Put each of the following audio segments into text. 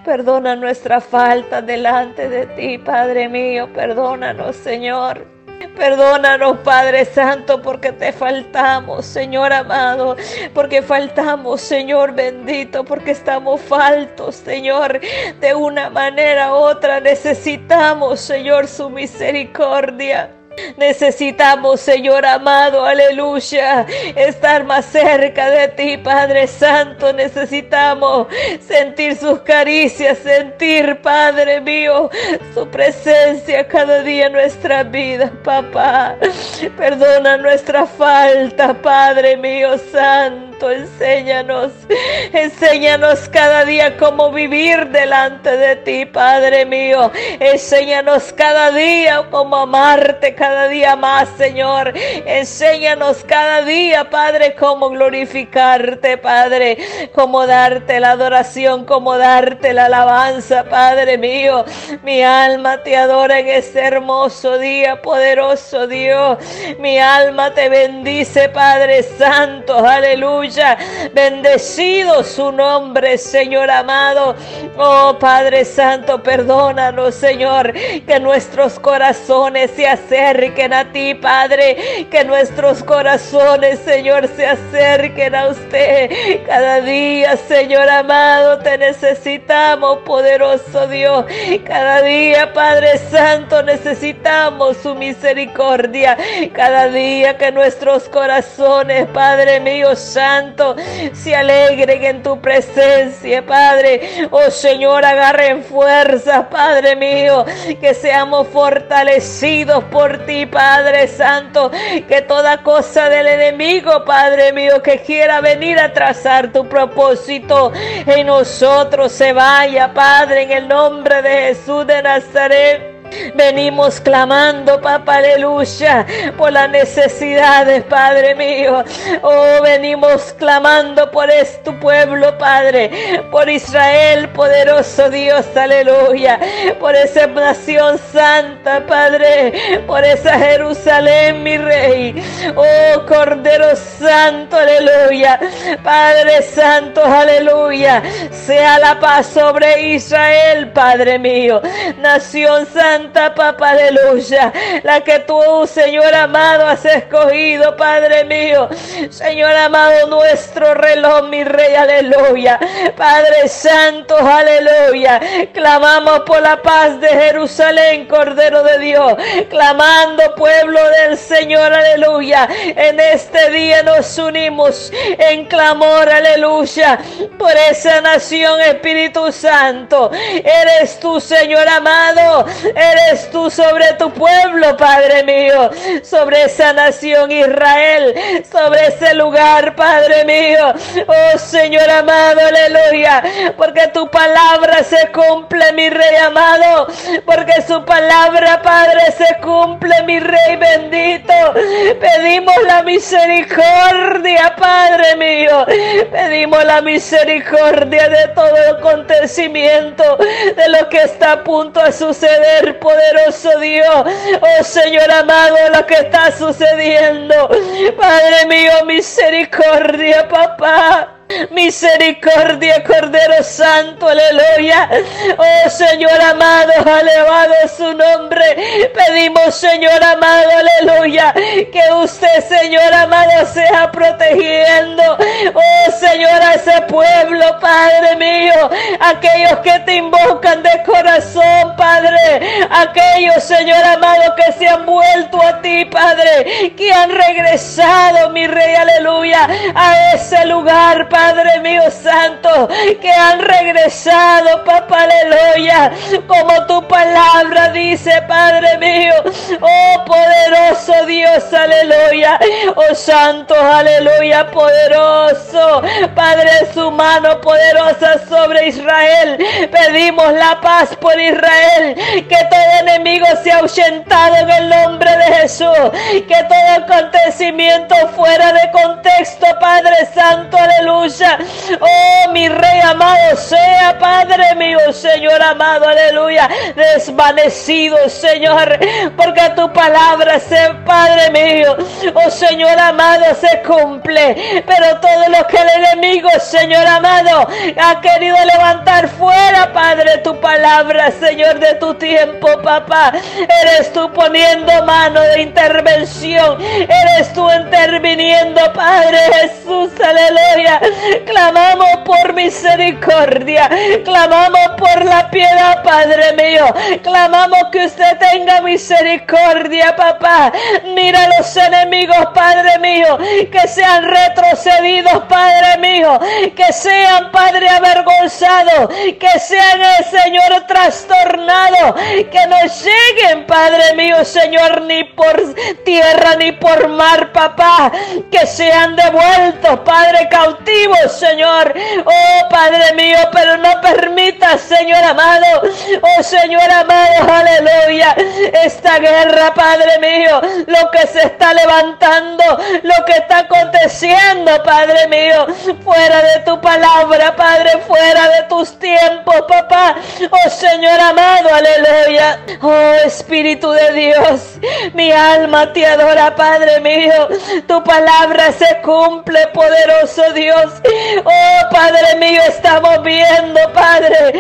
Perdona nuestra falta delante de ti, Padre mío. Perdónanos, Señor. Perdónanos, Padre Santo, porque te faltamos, Señor amado, porque faltamos, Señor bendito, porque estamos faltos, Señor, de una manera u otra. Necesitamos, Señor, su misericordia. Necesitamos, Señor amado, aleluya, estar más cerca de ti, Padre Santo. Necesitamos sentir sus caricias, sentir, Padre mío, su presencia cada día en nuestra vida, papá. Perdona nuestra falta, Padre mío santo. Enséñanos cada día cómo vivir delante de ti, Padre mío. Enséñanos cada día cómo amarte cada día más, Señor. Enséñanos cada día, Padre, cómo glorificarte, Padre, cómo darte la adoración, cómo darte la alabanza, Padre mío. Mi alma te adora en este hermoso día, poderoso Dios. Mi alma te bendice, Padre Santo, aleluya. Bendecido su nombre, Señor amado. Oh Padre Santo, perdónanos, Señor, que nuestros corazones se acerquen a ti, Padre, que nuestros corazones, Señor, se acerquen a usted cada día, Señor amado. Te necesitamos, poderoso Dios. Cada día, Padre Santo, necesitamos su misericordia. Cada día que nuestros corazones, Padre mío santo, se alegren en tu presencia, Padre. Oh Señor, agarren fuerza, Padre mío, que seamos fortalecidos por ti, Padre Santo. Que toda cosa del enemigo, Padre mío, que quiera venir a trazar tu propósito en nosotros se vaya, Padre, en el nombre de Jesús de Nazaret. Venimos clamando, papá, aleluya, por las necesidades, Padre mío. Oh, venimos clamando por tu pueblo, Padre, por Israel, poderoso Dios, aleluya, por esa nación santa, Padre, por esa Jerusalén, mi Rey. Oh, Cordero Santo, aleluya, Padre Santo, aleluya. Sea la paz sobre Israel, Padre mío, nación santa, papá, aleluya, la que tú, Señor amado, has escogido, Padre mío, Señor amado, nuestro reloj, mi Rey, aleluya, Padre Santo, aleluya. Clamamos por la paz de Jerusalén, Cordero de Dios, clamando, pueblo del Señor, aleluya. En este día nos unimos en clamor, aleluya, por esa nación, Espíritu Santo. Eres tú, Señor amado, eres tú sobre tu pueblo, Padre mío, sobre esa nación Israel, sobre ese lugar, Padre mío. Oh Señor amado, aleluya, porque tu palabra se cumple, mi Rey amado, porque su palabra, Padre, se cumple, mi Rey bendito. Pedimos la misericordia, Padre mío, pedimos la misericordia de todo acontecimiento, de lo que está a punto de suceder, poderoso Dios. Oh Señor amado, lo que está sucediendo, Padre mío, misericordia, papá. Misericordia, Cordero Santo, aleluya. Oh Señor amado, alabado es su nombre. Pedimos, Señor amado, aleluya, que usted, Señor amado, sea protegiendo, oh Señor, a ese pueblo, Padre mío, aquellos que te invocan de corazón, Padre, aquellos, Señor amado, que se han vuelto a ti, Padre, que han regresado, mi Rey, aleluya, a ese lugar, Padre mío santo, que han regresado, papá, aleluya, como tu palabra dice, Padre mío. Oh poderoso Dios, aleluya, oh santo, aleluya, poderoso Padre, su mano poderosa sobre Israel. Pedimos la paz por Israel, que todo enemigo sea ahuyentado en el nombre de Jesús, que todo acontecimiento fuera de contexto, Padre santo, aleluya, oh mi Rey amado, sea, Padre mío, Señor amado, aleluya, desvanecido, Señor, porque tu palabra, Padre mío, oh Señor amado, se cumple. Pero todo lo que el enemigo, Señor amado, ha querido levantar fuera, Padre tu palabra, Señor, de tu tiempo, papá. Eres tú poniendo mano de intervención. Eres tú interviniendo, Padre Jesús, aleluya. Clamamos por misericordia. Clamamos por la piedad, Padre mío. Clamamos que usted tenga misericordia, papá. Mira a los enemigos, Padre mío, que sean retrocedidos, Padre mío, que sean, Padre, avergonzados, que sean, Señor, trastornados, que no lleguen, Padre mío, Señor, ni por tierra ni por mar, papá, que sean devueltos, Padre, cautivos, Señor. Oh, Padre mío, pero no permita, Señor amado, oh, Señor amado, aleluya, esta guerra, Padre mío, lo que se está levantando, lo que está aconteciendo, Padre mío, fuera de tu palabra, Padre, fuera de tus tiempos, papá, oh, Señor amado, aleluya. Oh, Espíritu de Dios, mi alma te adora, Padre mío, tu palabra se cumple, poderoso Dios. Oh, Padre mío, estamos viendo, Padre,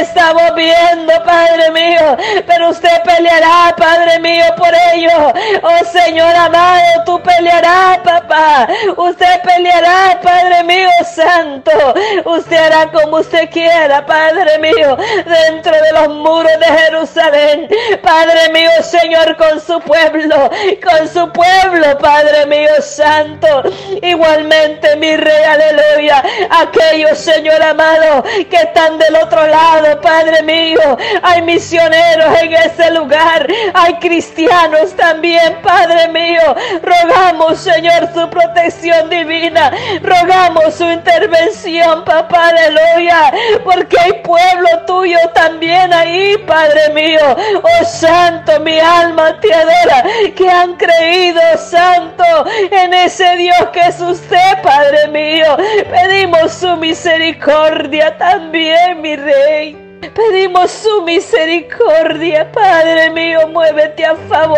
Padre mío, pero usted peleará, Padre mío, por ello. Oh, Señor amado, tú pelearás, papá, usted peleará, Padre mío santo, usted hará como usted quiera, Padre mío, dentro de los muros de Jerusalén, Padre mío, Señor, con su pueblo, Padre mío santo. Igualmente, mi Rey, aleluya, aquellos, Señor amado, que están del otro lado, Padre mío, hay misioneros en ese lugar, hay cristianos también, Padre mío, rogamos, Señor, su protección divina, rogamos su intervención, papá, aleluya, porque hay pueblo tuyo también ahí, Padre mío, oh santo, mi alma te adora, que han creído, santo, en ese Dios que es usted, Padre mío. Pedimos su misericordia también, mi Rey. Pedimos su misericordia, Padre mío, muévete a favor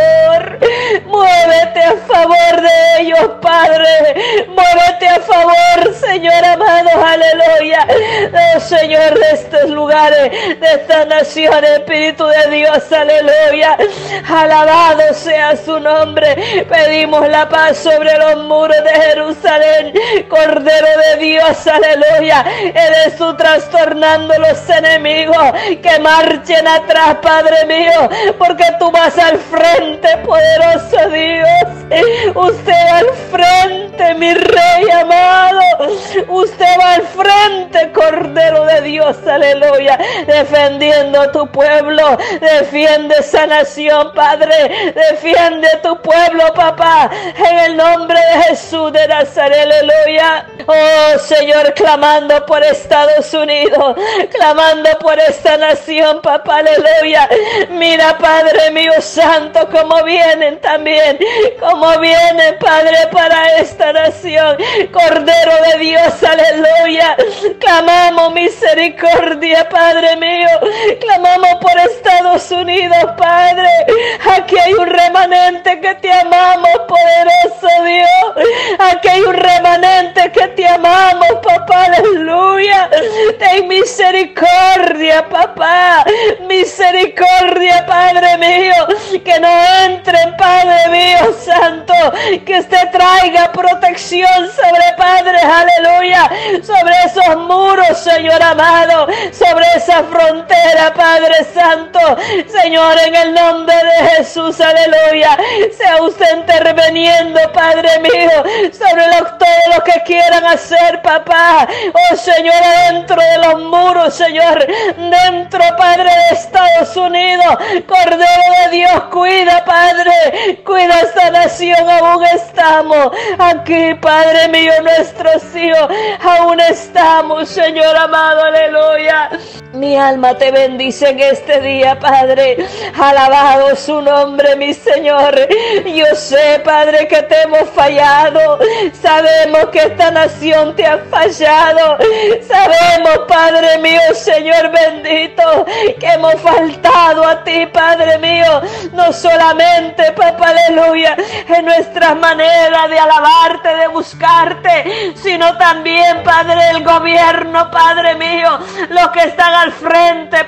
de ellos, Padre, muévete a favor, Señor amado, aleluya, oh, Señor, de estos lugares, de estas naciones, Espíritu de Dios, aleluya, alabado sea su nombre. Pedimos la paz sobre los muros de Jerusalén, Cordero de Dios, aleluya, eres tú trastornando los enemigos, que marchen atrás, Padre mío, porque tú vas al frente, poderoso Dios. Usted va al frente, mi Rey amado, usted va al frente, Cordero de Dios, aleluya, defendiendo a tu pueblo. Defiende esa nación, Padre, defiende a tu pueblo, papá, en el nombre de Jesús de Nazaret, aleluya. Oh, Señor, clamando por Estados Unidos, clamando por esta nación, papá, aleluya. Mira, Padre mío santo, cómo vienen también, cómo vienen, Padre, para esta nación, Cordero de Dios, aleluya. Clamamos misericordia, Padre mío, clamamos por Estados Unidos, Padre. Aquí hay un remanente que te amamos, poderoso Dios. Aquí hay un remanente que te amamos, papá, aleluya. Ten misericordia, papá, misericordia, Padre mío, que no entren, Padre mío santo, que usted traiga protección sobre, Padre, aleluya, sobre esos muros, Señor amado, sobre esa frontera, Padre santo, Señor, en el nombre de Jesús, aleluya, sea usted interviniendo, Padre mío, sobre todo lo que quieran hacer, papá, oh Señor, dentro de los muros, Señor, dentro, Padre, de Estados Unidos, Cordero de Dios, cuida, Padre, cuida esta nación. Aún estamos aquí, Padre mío, nuestros hijos, aún estamos, Señor amado, aleluya. Mi alma te bendice en este día, Padre, alabado su nombre, mi Señor. Yo sé, Padre, que te hemos fallado, sabemos que esta nación te ha fallado, sabemos, Padre mío, Señor bendito, que hemos faltado a ti, Padre mío, no solamente, papá, aleluya, en nuestras maneras de alabarte, de buscarte, sino también, Padre, el gobierno, Padre mío, los que están al frente, Padre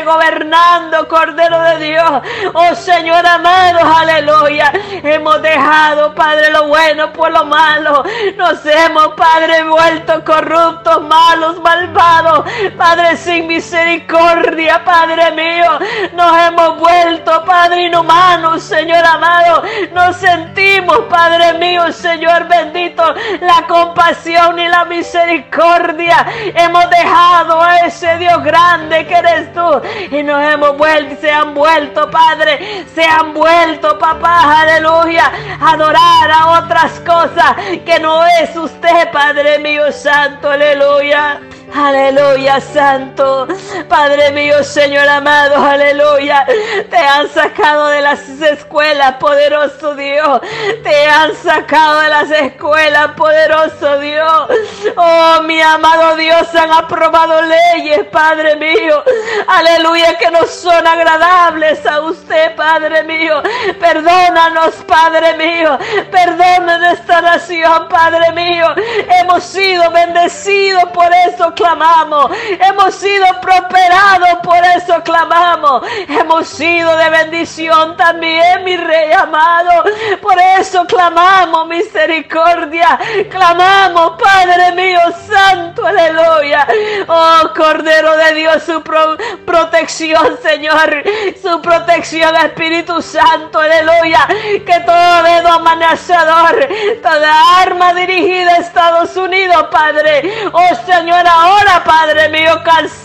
Padre, gobernando, Cordero de Dios. Oh Señor amado, aleluya. Hemos dejado, Padre, lo bueno por lo malo. Nos hemos, Padre, vuelto corruptos, malos, malvados, Padre, sin misericordia, Padre mío. Nos hemos vuelto, Padre, inhumanos, Señor amado. Nos sentimos, Padre mío, Señor bendito, la compasión y la misericordia. Hemos dejado a ese Dios grande que eres tú y nos hemos vuelto, se han vuelto, Padre, se han vuelto, papá, aleluya, a adorar a otras cosas que no es usted, Padre mío santo, aleluya. Aleluya, santo, Padre mío, Señor amado, aleluya. Te han sacado de las escuelas, poderoso Dios. Te han sacado de las escuelas, poderoso Dios. Oh, mi amado Dios, han aprobado leyes, Padre mío, aleluya, que no son agradables a usted, Padre mío. Perdónanos, Padre mío. Perdona esta nación, Padre mío. Hemos sido bendecidos, por eso clamamos. Hemos sido prosperados, por eso clamamos. Hemos sido de bendición también, mi Rey amado. Por eso clamamos misericordia. Clamamos, Padre mío santo, aleluya. Oh, Cordero de Dios, su protección, Señor. Su protección, Espíritu Santo, aleluya. Que todo dedo amenazador, toda arma dirigida a Estados Unidos, Padre. Oh, Señor, ahora, Padre mío,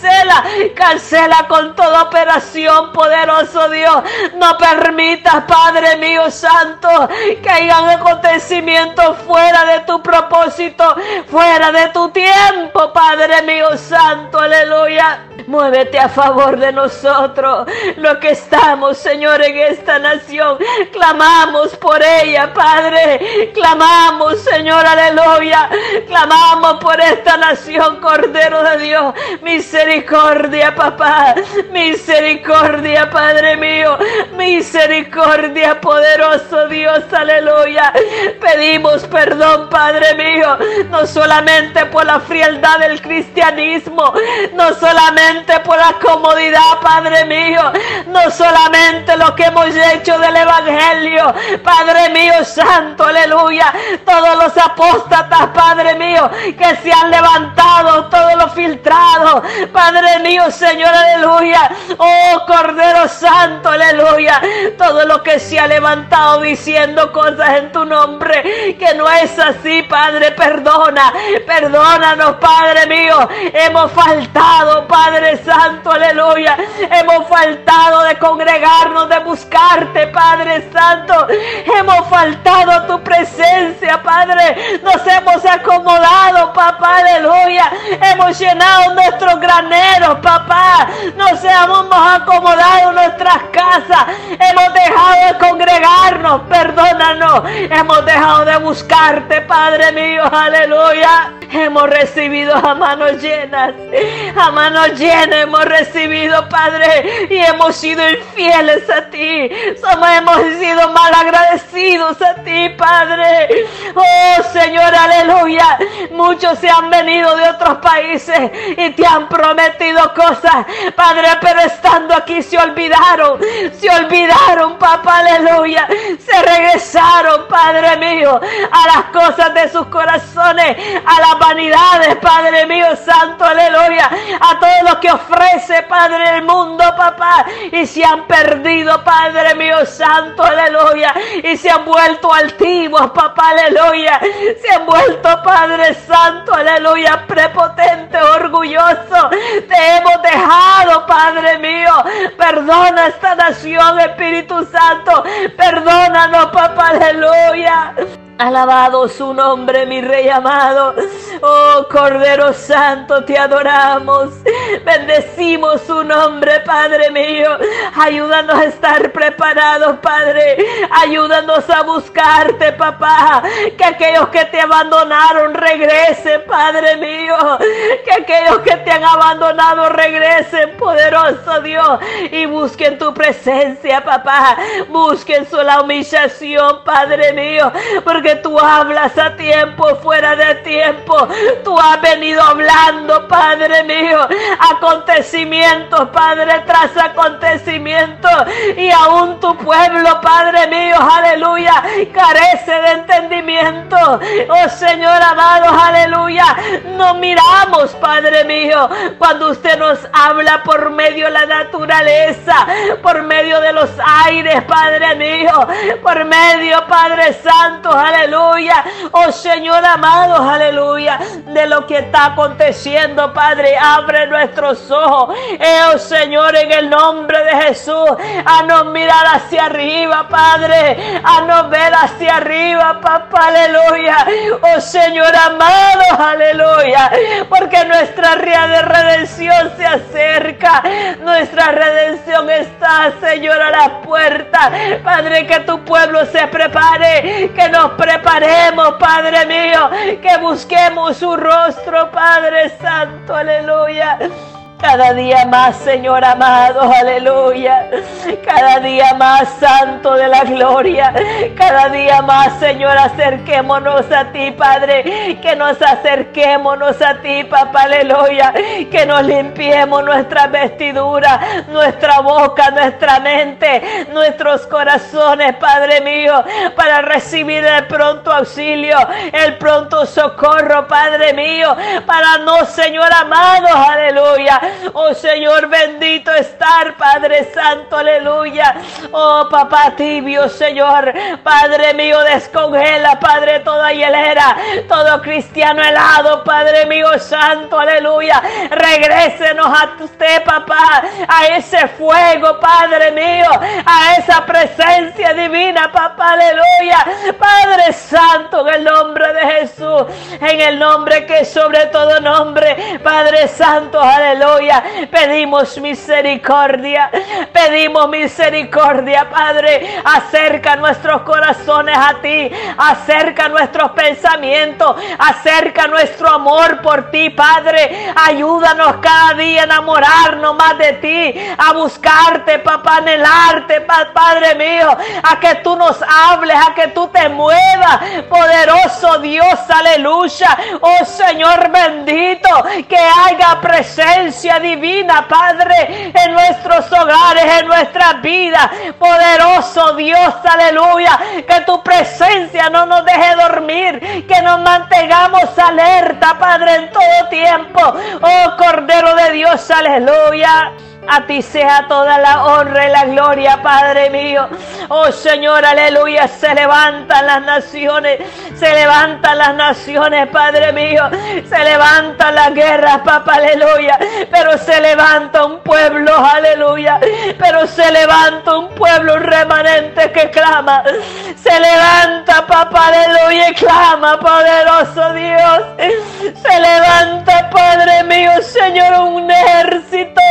cancela con toda operación, poderoso Dios. No permitas, Padre mío santo, que hayan acontecimientos fuera de tu propósito, fuera de tu tiempo, Padre mío santo, aleluya. Muévete a favor de nosotros, los que estamos, Señor, en esta nación. Clamamos por ella, Padre. Clamamos, Señor, aleluya. Clamamos por esta nación, Cordero de Dios. Misericordia, papá. Misericordia, Padre mío. Misericordia, poderoso Dios, aleluya. Pedimos perdón, Padre mío, no solamente por la frialdad del cristianismo, no solamente por la comodidad, Padre mío, no solamente lo que hemos hecho del evangelio, Padre mío santo, aleluya. Todos los apóstatas, Padre mío, que se han levantado, todos los filtrados, Padre mío, Señor, aleluya. Oh, Cordero santo, aleluya. Todo lo que se ha levantado diciendo cosas en tu nombre que no es así, Padre, perdónanos, Padre mío. Hemos faltado, Padre santo, aleluya. Hemos faltado de congregarnos, de buscarte, Padre santo. Hemos faltado a tu presencia, Padre. Nos hemos acomodado, papá, aleluya. Hemos llenado nuestros graneros, papá. Nos hemos acomodado en nuestras casas. Hemos dejado de congregarnos, perdónanos. Hemos dejado de buscarte, Padre mío, aleluya. Hemos recibido a manos llenas, hemos recibido, Padre, y hemos sido infieles a ti. Hemos sido mal agradecidos a ti, Padre. Oh, Señor, aleluya. Muchos se han venido de otros países y te han prometido cosas, Padre, pero estando aquí se olvidaron, papá, aleluya. Se regresaron, Padre mío, a las cosas de sus corazones, a las vanidades, Padre mío santo, aleluya, a todo lo que ofrece, Padre, el mundo, papá, y se han perdido, Padre mío santo, aleluya, y se han vuelto altivos, papá, aleluya. Se han vuelto, Padre santo, aleluya, prepotente, orgulloso. Te hemos dejado, Padre mío. Perdona esta nación, Espíritu Santo. Perdónanos, papá, aleluya. Alabado su nombre, mi Rey amado. Oh, Cordero Santo, te adoramos. Bendecimos su nombre, Padre mío. Ayúdanos a estar preparados, Padre. Ayúdanos a buscarte, papá. Que aquellos que te abandonaron regresen, Padre mío. Que aquellos que te han abandonado regresen, poderoso Dios. Y busquen tu presencia, papá. Busquen la humillación, Padre mío. Porque tú hablas a tiempo, fuera de tiempo. tú has venido hablando, Padre mío, acontecimientos, Padre, tras acontecimientos, y aún tu pueblo, Padre mío, aleluya, carece de entendimiento. Oh Señor amado, aleluya, no miramos, Padre mío, cuando usted nos habla por medio de la naturaleza, por medio de los aires, Padre mío, por medio, Padre Santo, aleluya, oh Señor amado, aleluya, de lo que está aconteciendo, Padre, abre nuestros ojos, oh Señor, en el nombre de Jesús, a no mirar hacia arriba, Padre, a no ver hacia arriba, papá, aleluya, oh Señor amado, aleluya, porque nuestra redención se acerca, nuestra redención está, Señor, a la puerta, Padre, que tu pueblo se prepare, que nos preparemos, Padre mío, que busquemos su rostro, Padre Santo, aleluya. Cada día más, Señor amado, aleluya. Cada día más, Santo de la gloria. Cada día más, Señor, acerquémonos a ti, Padre. Que nos acerquémonos a ti, papá, aleluya. Que nos limpiemos nuestra vestidura, nuestra boca, nuestra mente, nuestros corazones, Padre mío, para recibir el pronto auxilio, el pronto socorro, Padre mío, para no, Señor amado, aleluya. Oh Señor, bendito estar, Padre Santo, aleluya. Oh papá tibio, Señor, Padre mío, descongela, Padre, toda hielera, todo cristiano helado, Padre mío santo, aleluya. Regrésenos a usted, papá, a ese fuego, Padre mío, a esa presencia divina, papá, aleluya. Padre Santo, en el nombre de Jesús, en el nombre que es sobre todo nombre, Padre Santo, aleluya. Pedimos misericordia, Padre. Acerca nuestros corazones a ti, acerca nuestros pensamientos, acerca nuestro amor por ti, Padre. Ayúdanos cada día a enamorarnos más de ti, a buscarte, papá, anhelarte, Padre mío, a que tú nos hables, a que tú te muevas, poderoso Dios, aleluya. Oh Señor bendito, que haya presencia divina, Padre, en nuestros hogares, en nuestras vidas, poderoso Dios, aleluya, que tu presencia no nos deje dormir, que nos mantengamos alerta, Padre, en todo tiempo. Oh Cordero de Dios, aleluya. A ti sea toda la honra y la gloria, Padre mío. Oh Señor, aleluya. Se levantan las naciones, Padre mío. Se levantan las guerras, papá, aleluya. Pero se levanta un pueblo, aleluya. Pero se levanta un pueblo, un remanente que clama. Se levanta, papá, aleluya, y clama, poderoso Dios. Se levanta, Padre mío, Señor, un ejército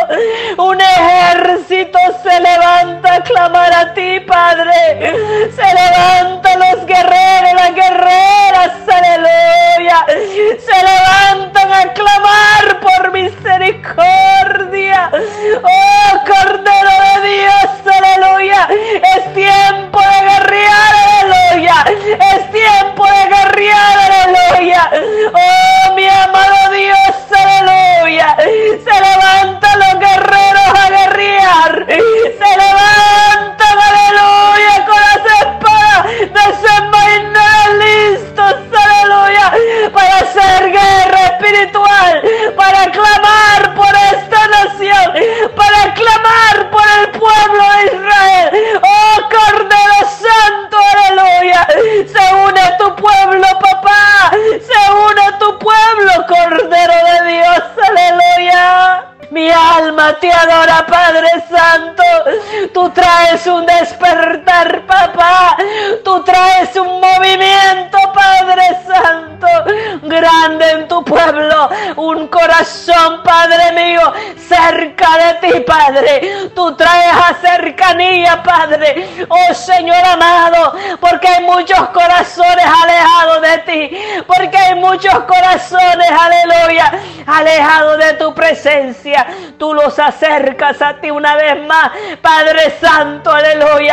se levanta a clamar a ti, Padre. Se levantan los guerreros, las guerreras, aleluya. Se levantan a clamar por misericordia. Oh Cordero de Dios, aleluya. Es tiempo de guerrear, aleluya. Es tiempo de guerrear, aleluya. Oh mi amado Dios, aleluya. Se levantan los guerreros a guerrear. Se levantan, aleluya, con las espadas desenvainadas, listos, aleluya, para hacer guerra espiritual, para clamar por esta nación, para clamar por el pueblo de Israel. Oh Cordero Santo, aleluya. Se une tu pueblo, papá. Se une tu pueblo, Cordero de Dios, aleluya. Mi alma te adora, Padre Santo. Tú traes un despertar, papá. Tú traes un movimiento, Padre Santo, grande en tu pueblo. Un corazón, Padre mío, cerca de ti, Padre. Tú traes a cercanía, Padre. Oh Señor amado, porque hay muchos corazones alejados de ti. Porque hay muchos corazones, aleluya, alejados de tu presencia. Tú los acercas a ti una vez más, Padre Santo, aleluya.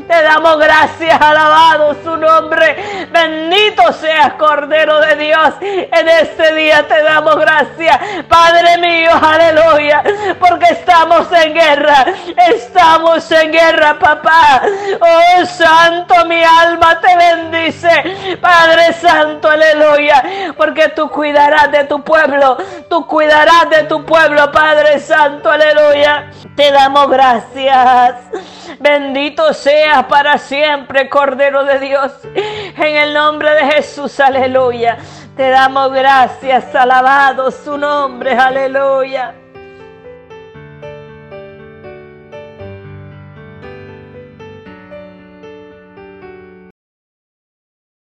Te damos gracias, alabado su nombre. Bendito seas, Cordero de Dios. En este día te damos gracias, Padre mío, aleluya, porque estamos en guerra. Estamos en guerra, papá. Oh, Santo, mi alma te bendice, Padre Santo, aleluya, porque tú cuidarás de tu pueblo. Tú cuidarás de tu pueblo, Padre Santo, aleluya. Te damos gracias. Bendito seas para siempre, Cordero de Dios. En el nombre de Jesús, aleluya. Te damos gracias, alabado su nombre, aleluya.